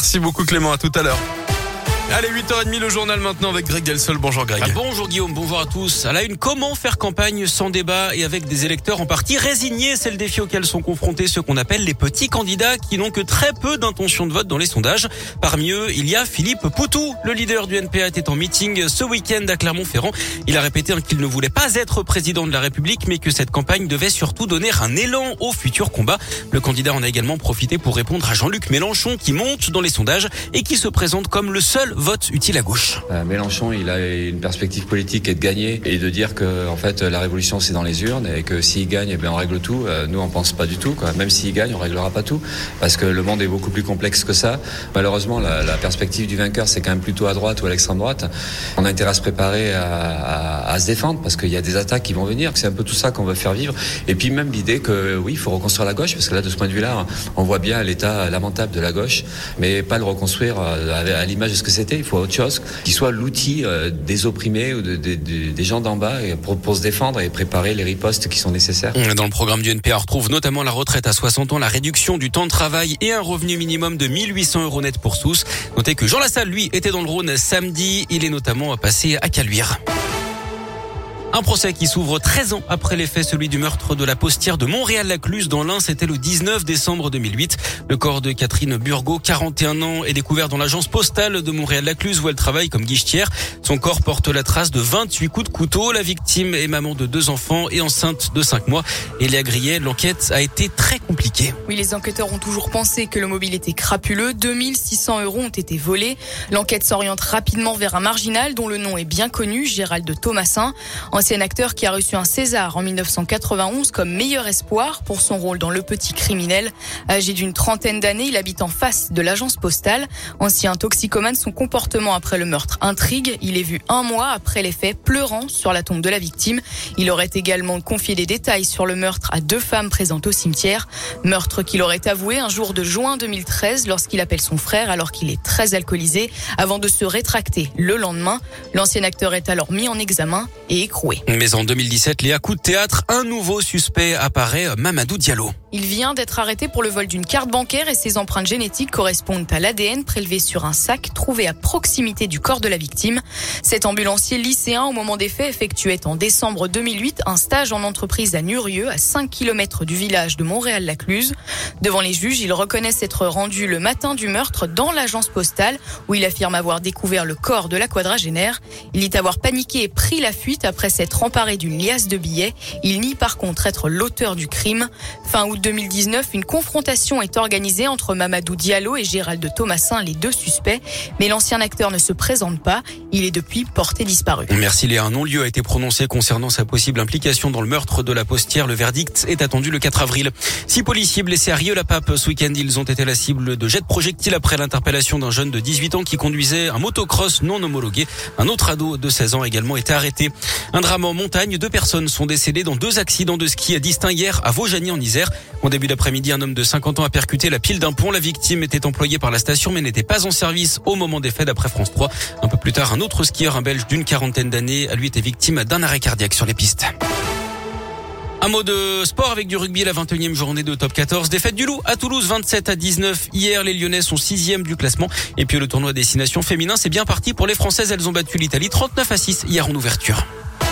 Merci beaucoup Clément, à tout à l'heure. Allez, 8h30, le journal maintenant avec Greg Delsol. Bonjour Greg. Bonjour Guillaume, bonjour à tous. À la une, comment faire campagne sans débat et avec des électeurs en partie résignés? C'est le défi auquel sont confrontés ceux qu'on appelle les petits candidats qui n'ont que très peu d'intention de vote dans les sondages. Parmi eux, il y a Philippe Poutou. Le leader du NPA était en meeting ce week-end à Clermont-Ferrand. Il a répété qu'il ne voulait pas être président de la République, mais que cette campagne devait surtout donner un élan au futur combat. Le candidat en a également profité pour répondre à Jean-Luc Mélenchon qui monte dans les sondages et qui se présente comme le seul vote utile à gauche. Mélenchon, il a une perspective politique et de gagner et de dire que en fait la révolution c'est dans les urnes et que s'il gagne, eh bien on règle tout. Nous on pense pas du tout, quoi. Même s'il gagne, on réglera pas tout parce que le monde est beaucoup plus complexe que ça. Malheureusement, la perspective du vainqueur c'est quand même plutôt à droite ou à l'extrême droite. On a intérêt à se préparer à se défendre parce qu'il y a des attaques qui vont venir. C'est un peu tout ça qu'on veut faire vivre. Et puis même l'idée que oui, il faut reconstruire la gauche parce que là de ce point de vue-là, on voit bien l'état lamentable de la gauche, mais pas le reconstruire à l'image de ce que c'était. Il faut autre chose, qui soit l'outil des opprimés ou des gens d'en bas pour se défendre et préparer les ripostes qui sont nécessaires. Dans le programme du NPA, on retrouve notamment la retraite à 60 ans, la réduction du temps de travail et un revenu minimum de 1 800 € net pour tous. Notez que Jean Lassalle, lui, était dans le Rhône samedi. Il est notamment passé à Caluire. Un procès qui s'ouvre 13 ans après les faits, celui du meurtre de la postière de Montréal-Lacluse dans l'Ain. C'était le 19 décembre 2008. Le corps de Catherine Burgot, 41 ans, est découvert dans l'agence postale de Montréal-Lacluse où elle travaille comme guichetière. Son corps porte la trace de 28 coups de couteau. La victime est maman de 2 enfants et enceinte de 5 mois. Léa Grillet, l'enquête a été très compliquée. Oui, les enquêteurs ont toujours pensé que le mobile était crapuleux. 2 600 € ont été volés. L'enquête s'oriente rapidement vers un marginal dont le nom est bien connu, Gérald Thomasin. Ancien acteur qui a reçu un César en 1991 comme meilleur espoir pour son rôle dans Le Petit Criminel. Âgé d'une trentaine d'années, il habite en face de l'agence postale. Ancien toxicomane, son comportement après le meurtre intrigue. Il est vu 1 mois après les faits pleurant sur la tombe de la victime. Il aurait également confié des détails sur le meurtre à 2 femmes présentes au cimetière. Meurtre qu'il aurait avoué un jour de juin 2013 lorsqu'il appelle son frère alors qu'il est très alcoolisé avant de se rétracter le lendemain. L'ancien acteur est alors mis en examen et écroué. Mais en 2017, Léa, coup de théâtre, un nouveau suspect apparaît, Mamadou Diallo. Il vient d'être arrêté pour le vol d'une carte bancaire et ses empreintes génétiques correspondent à l'ADN prélevé sur un sac trouvé à proximité du corps de la victime. Cet ambulancier lycéen, au moment des faits, effectuait en décembre 2008 un stage en entreprise à Nurieux, à 5 km du village de Montréal-Lacluse. Devant les juges, il reconnaît s'être rendu le matin du meurtre dans l'agence postale où il affirme avoir découvert le corps de la quadragénaire. Il dit avoir paniqué et pris la fuite après s'être emparé d'une liasse de billets. Il nie par contre être l'auteur du crime. Fin août 2019, une confrontation est organisée entre Mamadou Diallo et Gérald Thomasin, les 2 suspects. Mais l'ancien acteur ne se présente pas. Il est depuis porté disparu. Merci Léa. Un non-lieu a été prononcé concernant sa possible implication dans le meurtre de la postière. Le verdict est attendu le 4 avril. 6 policiers blessés à Rieux-la-Pape ce week-end. Ils ont été la cible de jets de projectiles après l'interpellation d'un jeune de 18 ans qui conduisait un motocross non homologué. Un autre ado de 16 ans a également été arrêté. Un drame en montagne. 2 personnes sont décédées dans 2 accidents de ski distincts hier à Vaujany en Isère. Au début d'après-midi, un homme de 50 ans a percuté la pile d'un pont. La victime était employée par la station mais n'était pas en service au moment des faits d'après France 3. Un peu plus tard, un autre skieur, un Belge d'une 40aine d'années, lui était victime d'un arrêt cardiaque sur les pistes. Un mot de sport avec du rugby, la 21e journée de top 14. Défaite du Loup à Toulouse, 27-19. Hier, les Lyonnais sont 6e du classement. Et puis le tournoi destination féminin, c'est bien parti pour les Françaises. Elles ont battu l'Italie 39-6 hier en ouverture.